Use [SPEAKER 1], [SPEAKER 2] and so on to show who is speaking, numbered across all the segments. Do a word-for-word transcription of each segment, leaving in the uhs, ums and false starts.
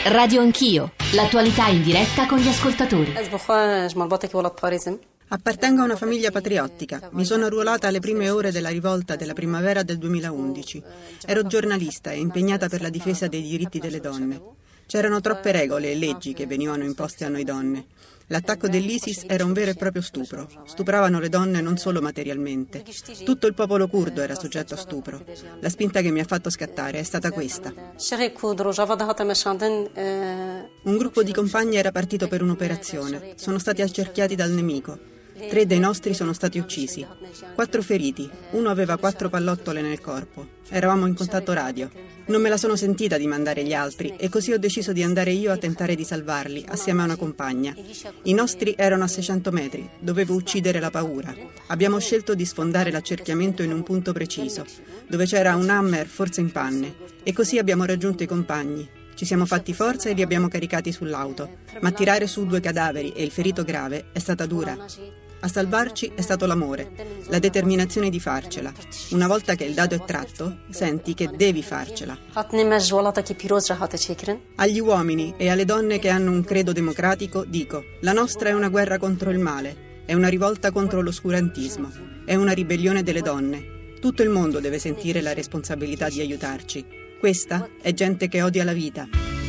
[SPEAKER 1] Radio Anch'io, l'attualità in diretta con gli ascoltatori.
[SPEAKER 2] Appartengo a una famiglia patriottica. Mi sono arruolata alle prime ore della rivolta della primavera del duemilaundici. Ero giornalista e impegnata per la difesa dei diritti delle donne. C'erano troppe regole e leggi che venivano imposte a noi donne. L'attacco dell'ISIS era un vero e proprio stupro. Stupravano le donne non solo materialmente. Tutto il popolo curdo era soggetto a stupro. La spinta che mi ha fatto scattare è stata questa. Un gruppo di compagni era partito per un'operazione. Sono stati accerchiati dal nemico. Tre dei nostri sono stati uccisi. Quattro feriti. Uno aveva quattro pallottole nel corpo. Eravamo in contatto radio. Non me la sono sentita di mandare gli altri e così ho deciso di andare io a tentare di salvarli assieme a una compagna. I nostri erano a seicento metri. Dovevo uccidere la paura. Abbiamo scelto di sfondare l'accerchiamento in un punto preciso, dove c'era un Hammer forse in panne, e così abbiamo raggiunto i compagni. Ci siamo fatti forza e li abbiamo caricati sull'auto, ma tirare su due cadaveri e il ferito grave è stata dura. A salvarci è stato l'amore, la determinazione di farcela. Una volta che il dado è tratto, senti che devi farcela. Agli uomini e alle donne che hanno un credo democratico dico: la nostra è una guerra contro il male, è una rivolta contro l'oscurantismo, è una ribellione delle donne. Tutto il mondo deve sentire la responsabilità di aiutarci. Questa è gente che odia la vita.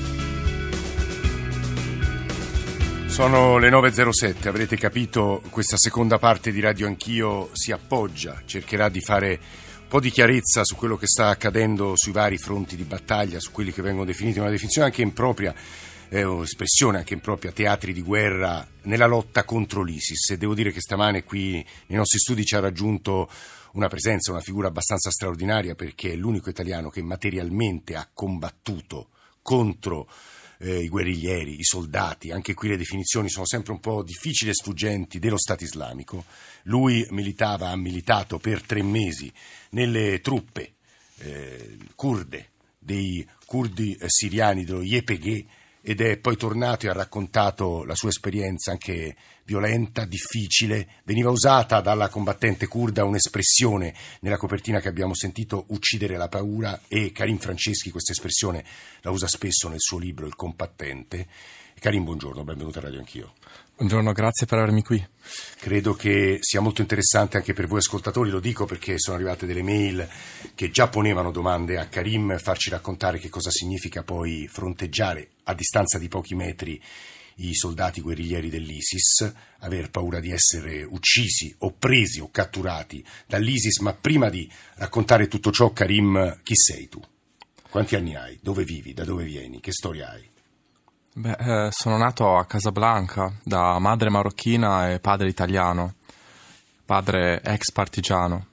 [SPEAKER 3] Sono le nove e zero sette, avrete capito, questa seconda parte di Radio Anch'io si appoggia, cercherà di fare un po' di chiarezza su quello che sta accadendo sui vari fronti di battaglia, su quelli che vengono definiti, una definizione anche impropria, è un'espressione anche impropria, teatri di guerra nella lotta contro l'ISIS. E devo dire che stamane qui nei nostri studi ci ha raggiunto una presenza, una figura abbastanza straordinaria, perché è l'unico italiano che materialmente ha combattuto contro Eh, i guerriglieri, i soldati. Anche qui le definizioni sono sempre un po' difficili e sfuggenti, dello Stato islamico. Lui militava, ha militato per tre mesi nelle truppe eh, kurde, dei curdi eh, siriani dello Y P G, ed è poi tornato e ha raccontato la sua esperienza anche violenta, difficile. Veniva usata dalla combattente curda un'espressione nella copertina che abbiamo sentito, uccidere la paura, e Karim Franceschi questa espressione la usa spesso nel suo libro Il combattente. Karim, buongiorno, benvenuto a Radio Anch'io.
[SPEAKER 4] Buongiorno, grazie per avermi qui.
[SPEAKER 3] Credo che sia molto interessante anche per voi ascoltatori, lo dico perché sono arrivate delle mail che già ponevano domande a Karim, farci raccontare che cosa significa poi fronteggiare a distanza di pochi metri i soldati guerriglieri dell'ISIS, aver paura di essere uccisi o presi o catturati dall'ISIS. Ma prima di raccontare tutto ciò, Karim, chi sei tu? Quanti anni hai? Dove vivi? Da dove vieni? Che storia hai?
[SPEAKER 4] Beh, eh, sono nato a Casablanca da madre marocchina e padre italiano, padre ex partigiano,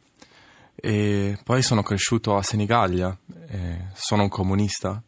[SPEAKER 4] e poi sono cresciuto a Senigallia, e sono un comunista,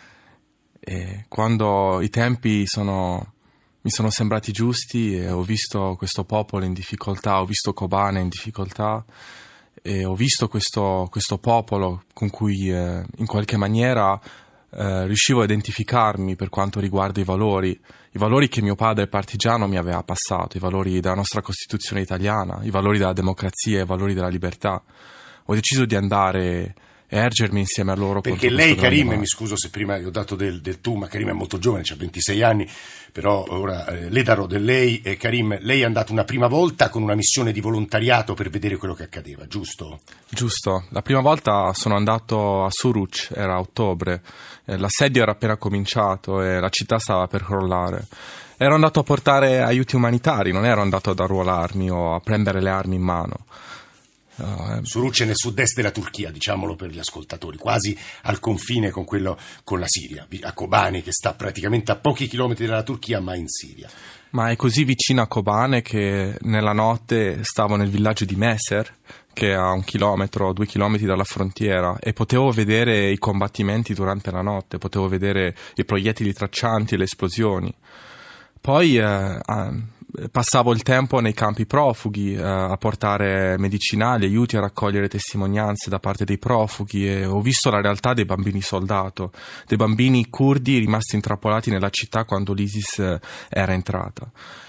[SPEAKER 4] e quando i tempi sono, mi sono sembrati giusti e ho visto questo popolo in difficoltà, ho visto Kobane in difficoltà e ho visto questo, questo popolo con cui eh, in qualche maniera Uh, riuscivo a identificarmi per quanto riguarda i valori, i valori che mio padre partigiano mi aveva passato, i valori della nostra Costituzione italiana, i valori della democrazia, i valori della libertà. Ho deciso di andare e ergermi insieme a loro.
[SPEAKER 3] Perché lei, Karim, mi scuso se prima gli ho dato del, del tu, ma Karim è molto giovane, ha ventisei anni, però ora eh, le darò del lei. E Karim, lei è andato una prima volta con una missione di volontariato per vedere quello che accadeva, giusto?
[SPEAKER 4] Giusto, la prima volta sono andato a Suruc, era ottobre, eh, l'assedio era appena cominciato e la città stava per crollare. Ero andato a portare aiuti umanitari, non ero andato ad arruolarmi o a prendere le armi in mano.
[SPEAKER 3] Uh, Suruc è nel sud-est della Turchia, diciamolo per gli ascoltatori, quasi al confine con quello con la Siria, a Kobane, che sta praticamente a pochi chilometri dalla Turchia, ma in Siria.
[SPEAKER 4] Ma è così vicino a Kobane che nella notte stavo nel villaggio di Meser, che è a un chilometro, due chilometri dalla frontiera, e potevo vedere i combattimenti durante la notte, potevo vedere i proiettili traccianti e le esplosioni. Poi eh, passavo il tempo nei campi profughi eh, a portare medicinali, aiuti, a raccogliere testimonianze da parte dei profughi, e ho visto la realtà dei bambini soldato, dei bambini curdi rimasti intrappolati nella città quando l'ISIS eh, era entrata.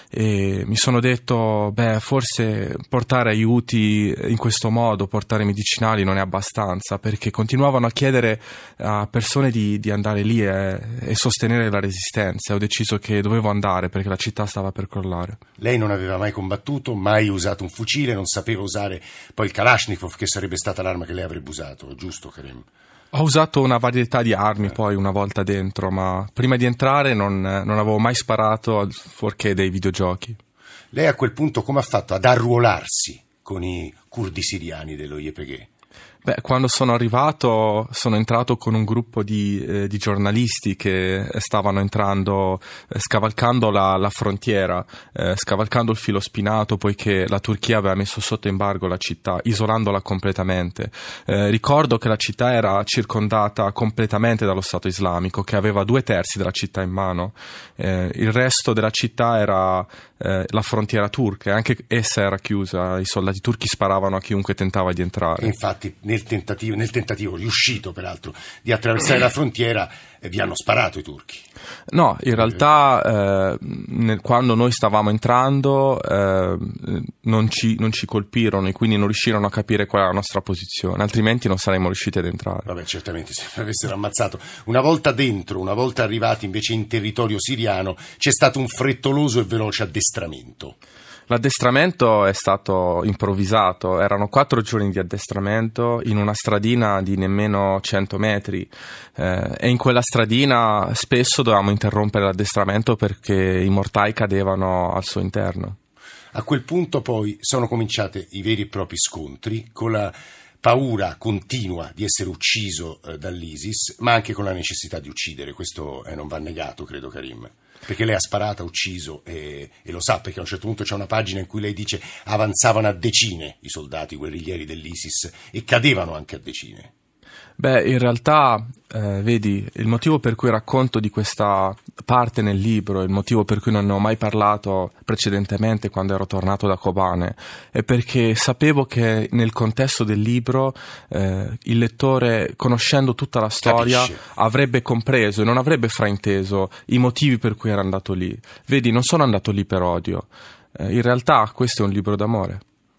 [SPEAKER 4] e mi sono detto, beh, forse portare aiuti in questo modo, portare medicinali non è abbastanza, perché continuavano a chiedere a persone di, di andare lì e, e sostenere la resistenza. Ho deciso che dovevo andare perché la città stava per crollare.
[SPEAKER 3] Lei non aveva mai combattuto, mai usato un fucile, non sapeva usare poi il Kalashnikov, che sarebbe stata l'arma che lei avrebbe usato, giusto Karim?
[SPEAKER 4] Ho usato una varietà di armi poi una volta dentro, ma prima di entrare non, non avevo mai sparato fuorché dei videogiochi.
[SPEAKER 3] Lei a quel punto come ha fatto ad arruolarsi con i curdi siriani dello Y P G?
[SPEAKER 4] Beh, quando sono arrivato sono entrato con un gruppo di, eh, di giornalisti che stavano entrando, eh, scavalcando la, la frontiera, eh, scavalcando il filo spinato, poiché la Turchia aveva messo sotto embargo la città, isolandola completamente. Eh, ricordo che la città era circondata completamente dallo Stato islamico, che aveva due terzi della città in mano. Eh, il resto della città era eh, la frontiera turca, e anche essa era chiusa. I soldati turchi sparavano a chiunque tentava di entrare.
[SPEAKER 3] E infatti nel tentativo, nel tentativo riuscito peraltro di attraversare la frontiera eh, vi hanno sparato i turchi.
[SPEAKER 4] No, in realtà eh, nel, quando noi stavamo entrando eh, non, ci, non ci colpirono e quindi non riuscirono a capire qual era la nostra posizione, altrimenti non saremmo riusciti ad entrare.
[SPEAKER 3] Vabbè, certamente se avessero ammazzato. Una volta dentro, una volta arrivati invece in territorio siriano, c'è stato un frettoloso e veloce addestramento.
[SPEAKER 4] L'addestramento è stato improvvisato, erano quattro giorni di addestramento in una stradina di nemmeno cento metri eh, e in quella stradina spesso dovevamo interrompere l'addestramento perché i mortai cadevano al suo interno.
[SPEAKER 3] A quel punto poi sono cominciati i veri e propri scontri con la paura continua di essere ucciso eh, dall'ISIS, ma anche con la necessità di uccidere. Questo eh, non va negato, credo, Karim. Perché lei ha sparato, ha ucciso e, e lo sa, perché a un certo punto c'è una pagina in cui lei dice avanzavano a decine i soldati guerriglieri dell'ISIS e cadevano anche a decine.
[SPEAKER 4] Beh, in realtà, eh, vedi, il motivo per cui racconto di questa parte nel libro, il motivo per cui non ne ho mai parlato precedentemente quando ero tornato da Kobane, è perché sapevo che nel contesto del libro eh, il lettore, conoscendo tutta la storia,
[SPEAKER 3] Capisce.
[SPEAKER 4] avrebbe compreso e non avrebbe frainteso i motivi per cui ero andato lì. Vedi, non sono andato lì per odio. Eh, in realtà questo è un libro d'amore.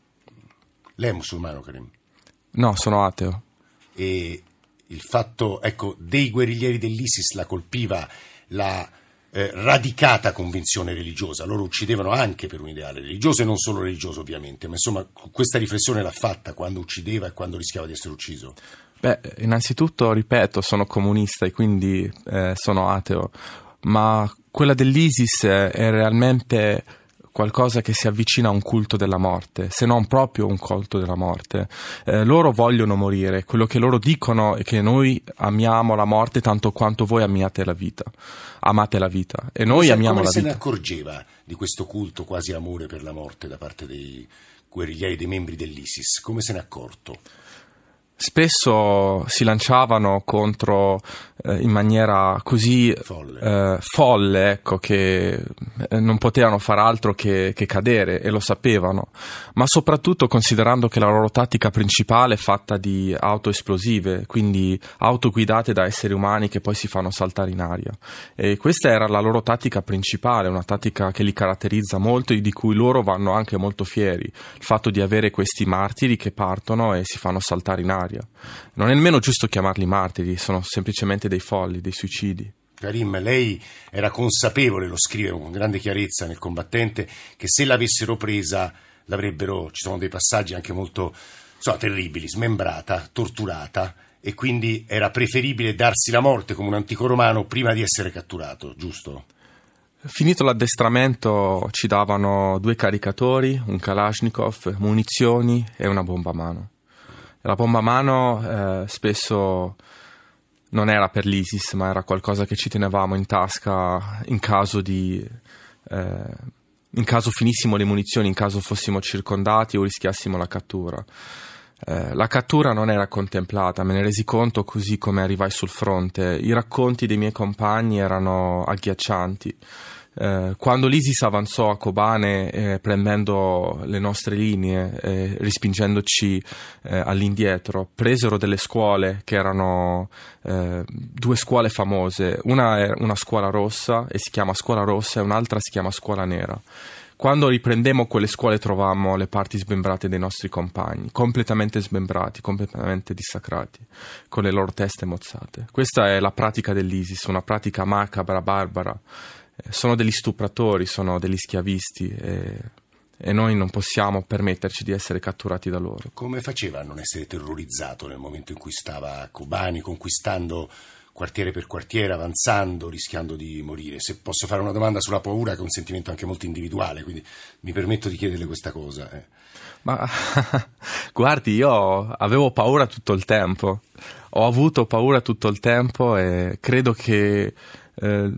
[SPEAKER 3] Lei è musulmano, Karim?
[SPEAKER 4] No, sono ateo.
[SPEAKER 3] E il fatto, ecco, dei guerriglieri dell'ISIS la colpiva la eh, radicata convinzione religiosa. Loro uccidevano anche per un ideale religioso e non solo religioso, ovviamente, ma insomma questa riflessione l'ha fatta quando uccideva e quando rischiava di essere ucciso.
[SPEAKER 4] Beh, innanzitutto, ripeto, sono comunista e quindi eh, sono ateo, ma quella dell'ISIS è realmente qualcosa che si avvicina a un culto della morte, se non proprio un culto della morte. Eh, loro vogliono morire, quello che loro dicono è che noi amiamo la morte tanto quanto voi amiate la vita, amate la vita, e noi
[SPEAKER 3] come
[SPEAKER 4] amiamo la
[SPEAKER 3] vita. Come se ne
[SPEAKER 4] vita.
[SPEAKER 3] accorgeva di questo culto quasi amore per la morte da parte dei guerriglieri, dei membri dell'ISIS? Come se ne è accorto?
[SPEAKER 4] Spesso si lanciavano contro eh, in maniera così
[SPEAKER 3] Folle.
[SPEAKER 4] eh, folle, ecco, che eh, non potevano far altro che, che cadere, e lo sapevano, ma soprattutto considerando che la loro tattica principale è fatta di auto esplosive, quindi auto guidate da esseri umani che poi si fanno saltare in aria, e questa era la loro tattica principale, una tattica che li caratterizza molto e di cui loro vanno anche molto fieri, il fatto di avere questi martiri che partono e si fanno saltare in aria. Non è nemmeno giusto chiamarli martiri, sono semplicemente dei folli, dei suicidi.
[SPEAKER 3] Karim, lei era consapevole, lo scrive con grande chiarezza nel Combattente, che se l'avessero presa l'avrebbero, ci sono dei passaggi anche molto insomma, terribili, smembrata, torturata, e quindi era preferibile darsi la morte come un antico romano prima di essere catturato, giusto?
[SPEAKER 4] Finito l'addestramento ci davano due caricatori, un Kalashnikov, munizioni e una bomba a mano. La bomba a mano eh, spesso non era per l'ISIS, ma era qualcosa che ci tenevamo in tasca in caso di eh, in caso finissimo le munizioni, in caso fossimo circondati o rischiassimo la cattura. Eh, la cattura non era contemplata, me ne resi conto così come arrivai sul fronte. I racconti dei miei compagni erano agghiaccianti. Eh, quando l'ISIS avanzò a Kobane eh, prendendo le nostre linee, eh, respingendoci eh, all'indietro, presero delle scuole che erano eh, due scuole famose, una è una scuola rossa e si chiama scuola rossa e un'altra si chiama scuola nera. Quando riprendemmo quelle scuole trovammo le parti smembrate dei nostri compagni, completamente smembrati, completamente dissacrati, con le loro teste mozzate. Questa è la pratica dell'ISIS, una pratica macabra, barbara. Sono degli stupratori, sono degli schiavisti e, e noi non possiamo permetterci di essere catturati da loro.
[SPEAKER 3] Come faceva a non essere terrorizzato nel momento in cui stava a Kobani, conquistando quartiere per quartiere, avanzando, rischiando di morire? Se posso fare una domanda sulla paura, che è un sentimento anche molto individuale, quindi mi permetto di chiederle questa cosa. Eh.
[SPEAKER 4] Ma guardi, io avevo paura tutto il tempo, ho avuto paura tutto il tempo e credo che eh,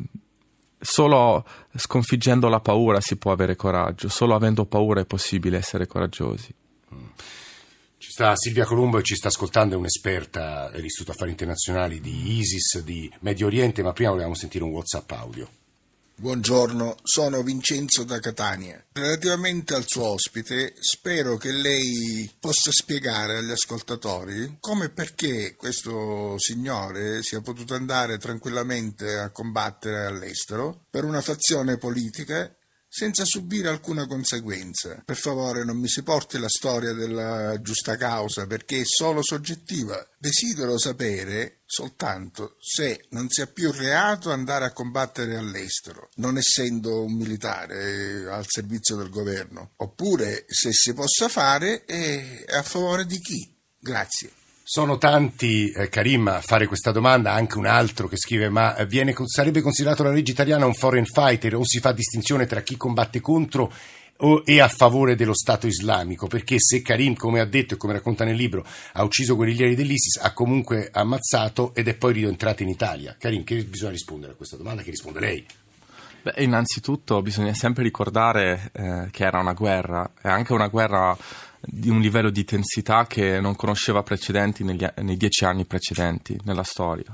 [SPEAKER 4] solo sconfiggendo la paura si può avere coraggio, solo avendo paura è possibile essere coraggiosi.
[SPEAKER 3] Mm. Ci sta Silvia Colombo e ci sta ascoltando, è un'esperta dell'Istituto Affari Internazionali di ISIS, di Medio Oriente, ma prima volevamo sentire un WhatsApp audio.
[SPEAKER 5] Buongiorno, sono Vincenzo da Catania. Relativamente al suo ospite, spero che lei possa spiegare agli ascoltatori come e perché questo signore sia potuto andare tranquillamente a combattere all'estero per una fazione politica senza subire alcuna conseguenza. Per favore non mi si porti la storia della giusta causa, perché è solo soggettiva. Desidero sapere soltanto se non sia più reato andare a combattere all'estero, non essendo un militare al servizio del governo, oppure se si possa fare e a favore di chi. Grazie.
[SPEAKER 3] Sono tanti, eh, Karim, a fare questa domanda, anche un altro che scrive: ma viene, sarebbe considerato la legge italiana un foreign fighter, o si fa distinzione tra chi combatte contro o, e a favore dello Stato islamico? Perché se Karim, come ha detto e come racconta nel libro, ha ucciso guerriglieri dell'ISIS, ha comunque ammazzato ed è poi rientrato in Italia. Karim, che bisogna rispondere a questa domanda? Che risponde lei?
[SPEAKER 4] Beh, innanzitutto bisogna sempre ricordare eh, che era una guerra, è anche una guerra di un livello di intensità che non conosceva precedenti negli, nei dieci anni precedenti nella storia.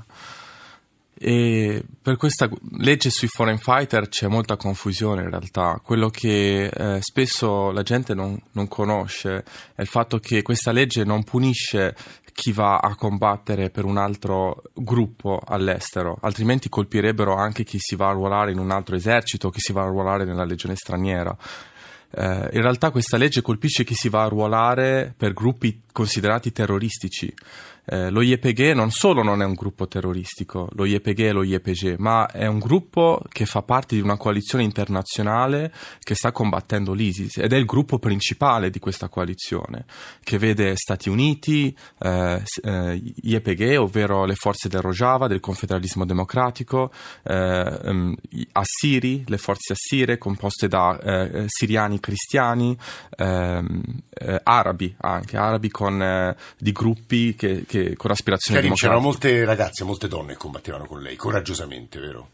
[SPEAKER 4] E per questa legge sui foreign fighter c'è molta confusione in realtà. Quello che eh, spesso la gente non, non conosce è il fatto che questa legge non punisce chi va a combattere per un altro gruppo all'estero, altrimenti colpirebbero anche chi si va a arruolare in un altro esercito, chi si va a arruolare nella legione straniera. Eh, in realtà questa legge colpisce chi si va a arruolare per gruppi considerati terroristici. Eh, lo Y P G non solo non è un gruppo terroristico, lo Y P G e lo Y P G, ma è un gruppo che fa parte di una coalizione internazionale che sta combattendo l'ISIS ed è il gruppo principale di questa coalizione, che vede Stati Uniti, eh, eh, Y P G, ovvero le forze del Rojava, del confederalismo democratico, eh, um, assiri, le forze assire composte da eh, siriani cristiani, eh, eh, arabi anche, arabi con eh, di gruppi che, che con aspirazioni
[SPEAKER 3] Karim,
[SPEAKER 4] democratiche.
[SPEAKER 3] c'erano molte ragazze, molte donne che combattevano con lei, coraggiosamente, vero?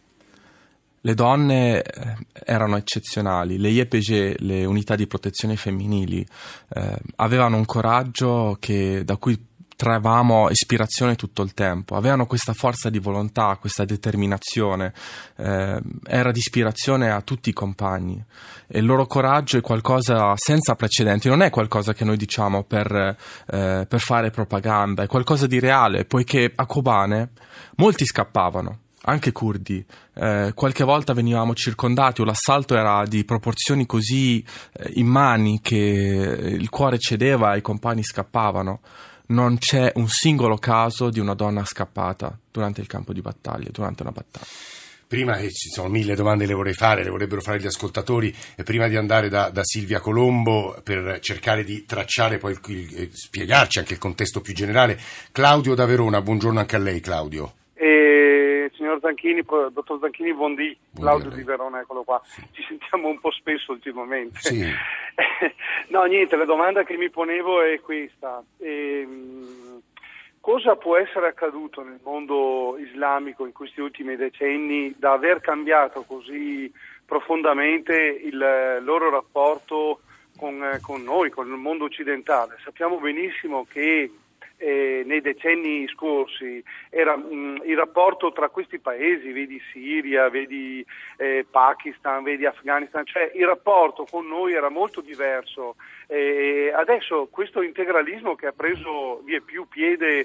[SPEAKER 4] Le donne erano eccezionali, le Y P G, le unità di protezione femminili, eh, avevano un coraggio che, da cui trovavamo ispirazione tutto il tempo, avevano questa forza di volontà, questa determinazione, eh, era di ispirazione a tutti i compagni e il loro coraggio è qualcosa senza precedenti, non è qualcosa che noi diciamo per, eh, per fare propaganda, è qualcosa di reale, poiché a Kobane molti scappavano. Anche curdi, eh, qualche volta venivamo circondati o l'assalto era di proporzioni così eh, immani che il cuore cedeva e i compagni scappavano. Non c'è un singolo caso di una donna scappata durante il campo di battaglia, durante una battaglia.
[SPEAKER 3] Prima, e ci sono mille domande che le vorrei fare, le vorrebbero fare gli ascoltatori, e prima di andare da, da Silvia Colombo per cercare di tracciare poi il, il, spiegarci anche il contesto più generale, Claudio da Verona, buongiorno anche a lei Claudio.
[SPEAKER 6] Eh, signor Zanchini, dottor Zanchini, buondì, Claudio di Verona, eccolo qua, sì. Ci sentiamo un po' spesso ultimamente.
[SPEAKER 3] Sì.
[SPEAKER 6] No, niente, la domanda che mi ponevo è questa. Ehm, cosa può essere accaduto nel mondo islamico in questi ultimi decenni da aver cambiato così profondamente il loro rapporto con, con noi, con il mondo occidentale? Sappiamo benissimo che Eh, nei decenni scorsi era mh, il rapporto tra questi paesi, vedi Siria, vedi eh, Pakistan, vedi Afghanistan, cioè il rapporto con noi era molto diverso Eh, adesso questo integralismo che ha preso via più piede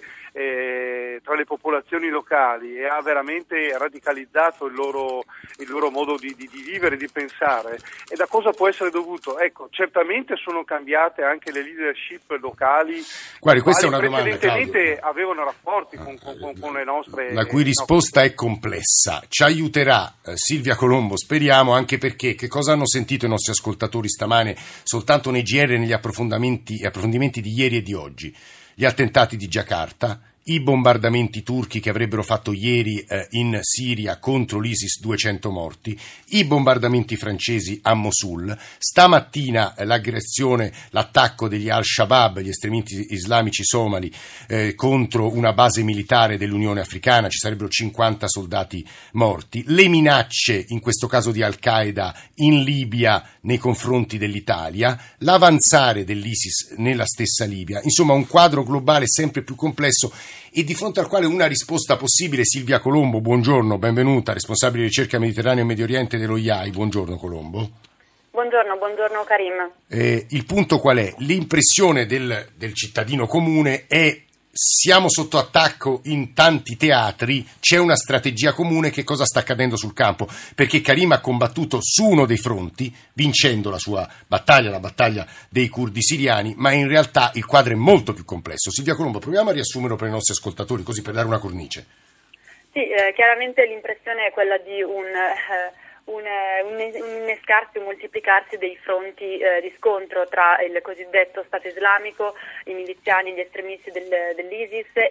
[SPEAKER 6] eh, tra le popolazioni locali e ha veramente radicalizzato il loro, il loro modo di, di, di vivere, di pensare, e da cosa può essere dovuto? Ecco, certamente sono cambiate anche le leadership locali.
[SPEAKER 3] Guardi, questa è una domanda,
[SPEAKER 6] precedentemente avevano rapporti con, con, con, con le nostre...
[SPEAKER 3] La cui risposta è complessa. Ci aiuterà eh, Silvia Colombo, speriamo, anche perché che cosa hanno sentito i nostri ascoltatori stamane soltanto nei G R e negli approfondimenti, approfondimenti di ieri e di oggi? Gli attentati di Giacarta, i bombardamenti turchi che avrebbero fatto ieri eh, in Siria contro l'ISIS, duecento morti, i bombardamenti francesi a Mosul, stamattina eh, l'aggressione, l'attacco degli Al-Shabaab, gli estremisti islamici somali, eh, contro una base militare dell'Unione Africana, ci sarebbero cinquanta soldati morti, le minacce, in questo caso di Al-Qaeda, in Libia nei confronti dell'Italia, l'avanzare dell'ISIS nella stessa Libia, insomma un quadro globale sempre più complesso e di fronte al quale una risposta possibile. Silvia Colombo, buongiorno, benvenuta, responsabile di ricerca Mediterraneo e Medio Oriente dello I A I. Buongiorno Colombo.
[SPEAKER 7] Buongiorno, buongiorno Karim.
[SPEAKER 3] Eh, il punto qual è? L'impressione del, del cittadino comune è: siamo sotto attacco in tanti teatri, c'è una strategia comune, che cosa sta accadendo sul campo? Perché Karim ha combattuto su uno dei fronti, vincendo la sua battaglia, la battaglia dei curdi siriani, ma in realtà il quadro è molto più complesso. Silvia Colombo, proviamo a riassumerlo per i nostri ascoltatori, così per dare una cornice.
[SPEAKER 7] Sì, eh, chiaramente l'impressione è quella di un... Eh, Un, un, un innescarsi, un moltiplicarsi dei fronti eh, di scontro tra il cosiddetto Stato islamico, i miliziani, gli estremisti del, dell'ISIS e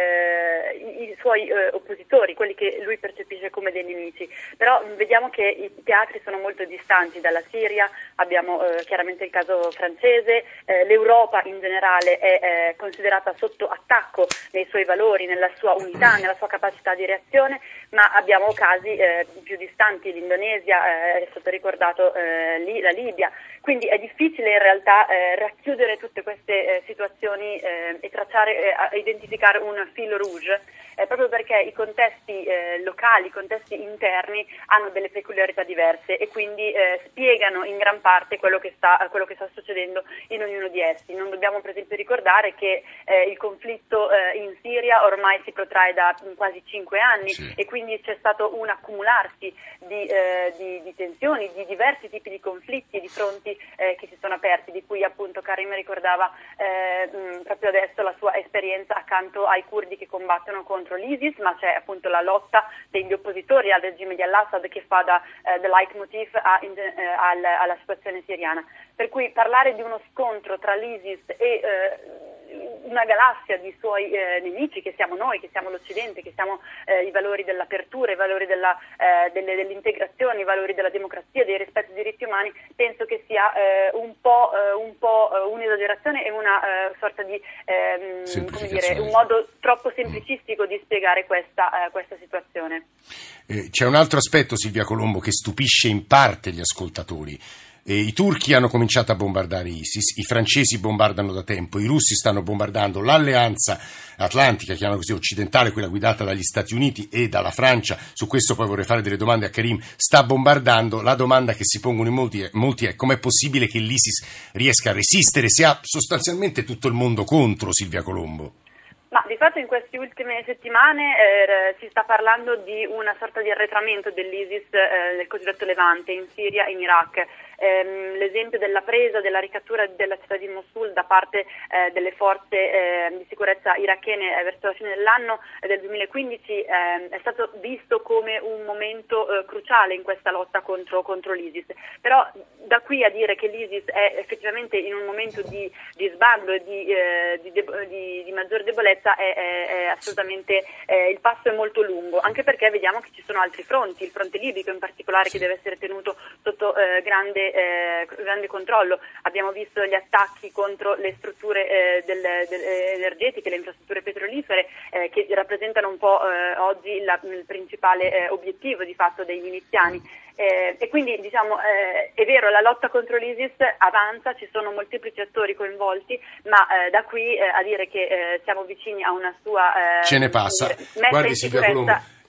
[SPEAKER 7] eh, i, i suoi eh, oppositori, quelli che lui percepisce come dei nemici. Però vediamo che i teatri sono molto distanti dalla Siria, abbiamo eh, chiaramente il caso francese, eh, l'Europa in generale è eh, considerata sotto attacco nei suoi valori, nella sua unità, nella sua capacità di reazione, ma abbiamo casi eh, più distanti, l'Indonesia, eh, è stato ricordato eh, lì, la Libia, quindi è difficile in realtà eh, racchiudere tutte queste eh, situazioni eh, e tracciare, eh, identificare un fil rouge, eh, proprio perché i contesti eh, locali, i contesti interni hanno delle peculiarità diverse e quindi eh, spiegano in gran parte quello che sta, quello che sta succedendo in ognuno di essi. Non dobbiamo per esempio ricordare che eh, il conflitto eh, in Siria ormai si protrae da quasi cinque anni, sì, e quindi c'è stato un accumularsi di, eh, di, di tensioni, di diversi tipi di conflitti e di fronti eh, che si sono aperti, di cui appunto Karim ricordava eh, mh, proprio adesso la sua esperienza accanto ai curdi che combattono contro l'ISIS, ma c'è appunto la lotta degli oppositori al regime di Al-Assad che fa da eh, the leitmotiv a, in, eh, al, alla situazione siriana. Per cui parlare di uno scontro tra l'ISIS e eh, una galassia di suoi eh, nemici, che siamo noi, che siamo l'Occidente, che siamo eh, i valori dell'apertura, i valori della, eh, delle, dell'integrazione, i valori della democrazia, dei rispetti dei diritti umani, penso che sia eh, un po', eh, un po' eh, un'esagerazione e una eh, sorta di ehm, come dire, un modo troppo semplicistico di spiegare questa, eh, questa situazione.
[SPEAKER 3] Eh, c'è un altro aspetto, Silvia Colombo, che stupisce in parte gli ascoltatori. E i turchi hanno cominciato a bombardare ISIS, i francesi bombardano da tempo, i russi stanno bombardando, l'alleanza atlantica, chiamano così, occidentale, quella guidata dagli Stati Uniti e dalla Francia, su questo poi vorrei fare delle domande a Karim, sta bombardando. La domanda che si pongono in molti è, molti è: com'è possibile che l'ISIS riesca a resistere se ha sostanzialmente tutto il mondo contro, Silvia Colombo?
[SPEAKER 7] Ma di fatto in queste ultime settimane eh, si sta parlando di una sorta di arretramento dell'ISIS eh, nel cosiddetto Levante, in Siria e in Iraq. Ehm, l'esempio della presa, della ricattura della città di Mosul da parte eh, delle forze eh, di sicurezza irachene eh, verso la fine dell'anno eh, del duemilaquindici eh, è stato visto come un momento eh, cruciale in questa lotta contro, contro l'ISIS. Però da qui a dire che l'ISIS è effettivamente in un momento di, di sbando e di, eh, di, de- di, di maggior debolezza è, è, è assolutamente eh, il passo è molto lungo, anche perché vediamo che ci sono altri fronti, il fronte libico in particolare, che deve essere tenuto sotto eh, grande Eh, grande controllo. Abbiamo visto gli attacchi contro le strutture eh, del, del, energetiche, le infrastrutture petrolifere eh, che rappresentano un po' eh, oggi la, il principale eh, obiettivo di fatto dei miliziani. Eh, e quindi diciamo eh, è vero, la lotta contro l'ISIS avanza, ci sono molteplici attori coinvolti, ma eh, da qui eh, a dire che eh, siamo vicini a una sua eh,
[SPEAKER 3] ce ne passa.
[SPEAKER 7] messa
[SPEAKER 3] Guardi,
[SPEAKER 7] in
[SPEAKER 3] Silvia
[SPEAKER 7] sicurezza.
[SPEAKER 3] Colombo,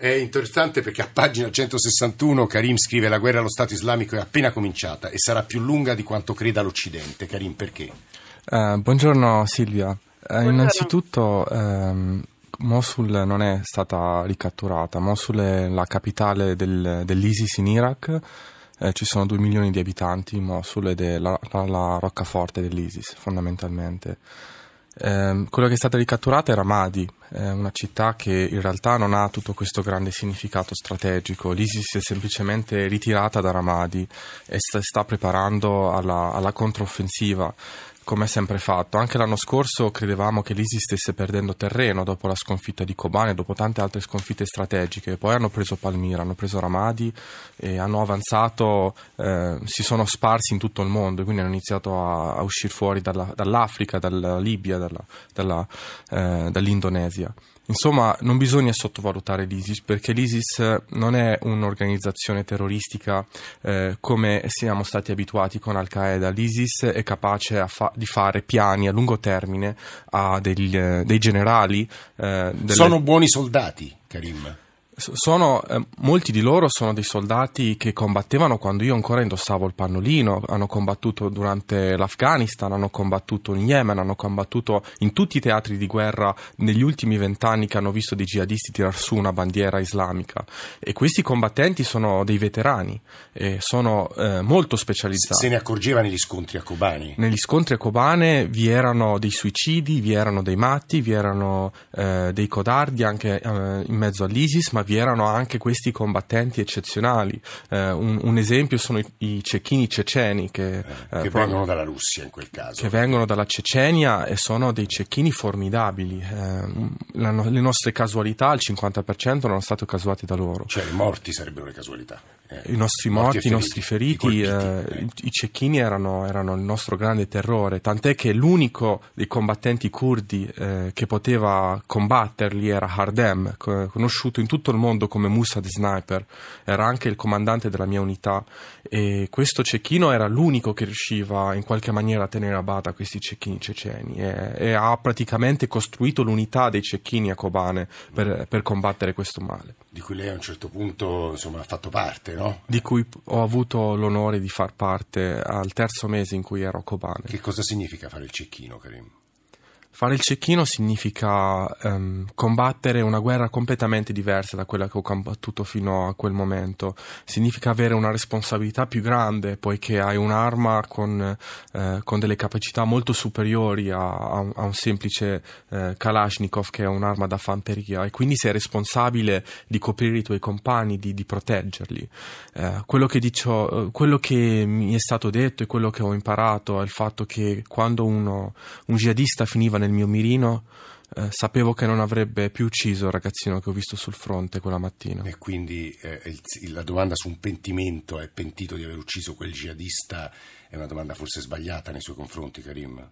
[SPEAKER 3] È interessante perché a pagina centosessantuno Karim scrive: la guerra allo Stato islamico è appena cominciata e sarà più lunga di quanto creda l'Occidente. Karim, perché?
[SPEAKER 4] Uh, buongiorno Silvia. Uh,
[SPEAKER 7] buongiorno.
[SPEAKER 4] Innanzitutto um, Mosul non è stata ricatturata. Mosul è la capitale del, dell'ISIS in Iraq. Eh, ci sono due milioni di abitanti in Mosul ed è la, la, la roccaforte dell'ISIS fondamentalmente. Eh, quello che è stata ricatturata è Ramadi, eh, una città che in realtà non ha tutto questo grande significato strategico. L'ISIS è semplicemente ritirata da Ramadi e sta, sta preparando alla, alla controffensiva, come ha sempre fatto. Anche l'anno scorso credevamo che l'ISIS stesse perdendo terreno dopo la sconfitta di Kobane e dopo tante altre sconfitte strategiche. Poi hanno preso Palmira, hanno preso Ramadi e hanno avanzato, eh, si sono sparsi in tutto il mondo, quindi hanno iniziato a, a uscire fuori dalla, dall'Africa, dalla Libia, dalla, dalla, eh, dall'Indonesia. Insomma, non bisogna sottovalutare l'ISIS, perché l'ISIS non è un'organizzazione terroristica eh, come siamo stati abituati con Al-Qaeda. L'ISIS è capace a fa- di fare piani a lungo termine a degli, eh, dei generali. Eh, delle...
[SPEAKER 3] Sono buoni soldati, Karim?
[SPEAKER 4] Sono, eh, molti di loro sono dei soldati che combattevano quando io ancora indossavo il pannolino, hanno combattuto durante l'Afghanistan, hanno combattuto in Yemen, hanno combattuto in tutti i teatri di guerra negli ultimi vent'anni che hanno visto dei jihadisti tirar su una bandiera islamica, e questi combattenti sono dei veterani e sono eh, molto specializzati.
[SPEAKER 3] Se ne accorgeva negli scontri a Kobane?
[SPEAKER 4] Negli scontri a Kobane vi erano dei suicidi, vi erano dei matti, vi erano eh, dei codardi anche eh, in mezzo all'ISIS, ma vi erano anche questi combattenti eccezionali. Eh, un, un esempio sono i, i cecchini ceceni che,
[SPEAKER 3] eh,
[SPEAKER 4] eh,
[SPEAKER 3] che vengono dalla Russia in quel caso.
[SPEAKER 4] Che vengono dalla Cecenia e sono dei cecchini formidabili. Eh, la, le nostre casualità, il cinquanta per cento, erano state causate da loro.
[SPEAKER 3] Cioè i morti sarebbero le casualità. Eh,
[SPEAKER 4] I nostri morti, morti i nostri feriti, i, colpiti, eh, i, i cecchini erano, erano il nostro grande terrore, tant'è che l'unico dei combattenti curdi eh, che poteva combatterli era Hardem, conosciuto in tutto il mondo come Musa the Sniper, era anche il comandante della mia unità, e questo cecchino era l'unico che riusciva in qualche maniera a tenere a bada questi cecchini ceceni, e, e ha praticamente costruito l'unità dei cecchini a Kobane per, per combattere questo male.
[SPEAKER 3] Di cui lei a un certo punto insomma ha fatto parte, no?
[SPEAKER 4] Di cui ho avuto l'onore di far parte al terzo mese in cui ero a Kobane.
[SPEAKER 3] Che cosa significa fare il cecchino, Karim?
[SPEAKER 4] Fare il cecchino significa um, combattere una guerra completamente diversa da quella che ho combattuto fino a quel momento. Significa avere una responsabilità più grande, poiché hai un'arma con, eh, con delle capacità molto superiori a, a, un, a un semplice eh, Kalashnikov, che è un'arma da fanteria, e quindi sei responsabile di coprire i tuoi compagni, di, di proteggerli. Eh, quello che dicio, quello che mi è stato detto e quello che ho imparato è il fatto che quando uno, un jihadista finiva nel mio mirino, eh, sapevo che non avrebbe più ucciso il ragazzino che ho visto sul fronte quella mattina.
[SPEAKER 3] E quindi eh, il, la domanda su un pentimento, è pentito di aver ucciso quel jihadista, è una domanda forse sbagliata nei suoi confronti, Karim?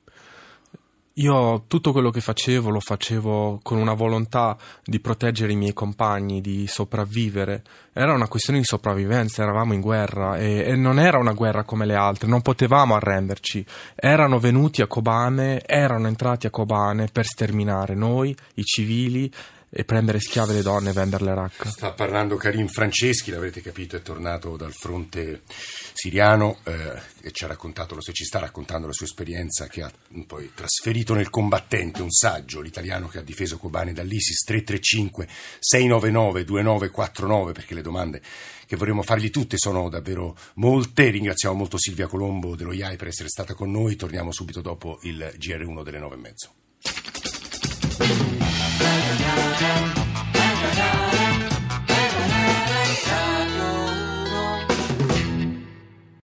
[SPEAKER 4] Io tutto quello che facevo lo facevo con una volontà di proteggere i miei compagni, di sopravvivere. Era una questione di sopravvivenza, eravamo in guerra e, e non era una guerra come le altre, non potevamo arrenderci. Erano venuti a Kobane, erano entrati a Kobane per sterminare noi, i civili, e prendere schiave le donne e venderle racca.
[SPEAKER 3] Sta parlando Karim Franceschi, l'avrete capito, è tornato dal fronte siriano eh, e ci ha raccontato, lo se ci sta raccontando la sua esperienza, che ha poi trasferito nel combattente un saggio, l'italiano che ha difeso Kobane dall'ISIS. Tre tre cinque sei nove nove due nove quattro nove, perché le domande che vorremmo fargli tutte sono davvero molte. Ringraziamo molto Silvia Colombo dello I A I per essere stata con noi. Torniamo subito dopo il G R uno delle nove e mezzo.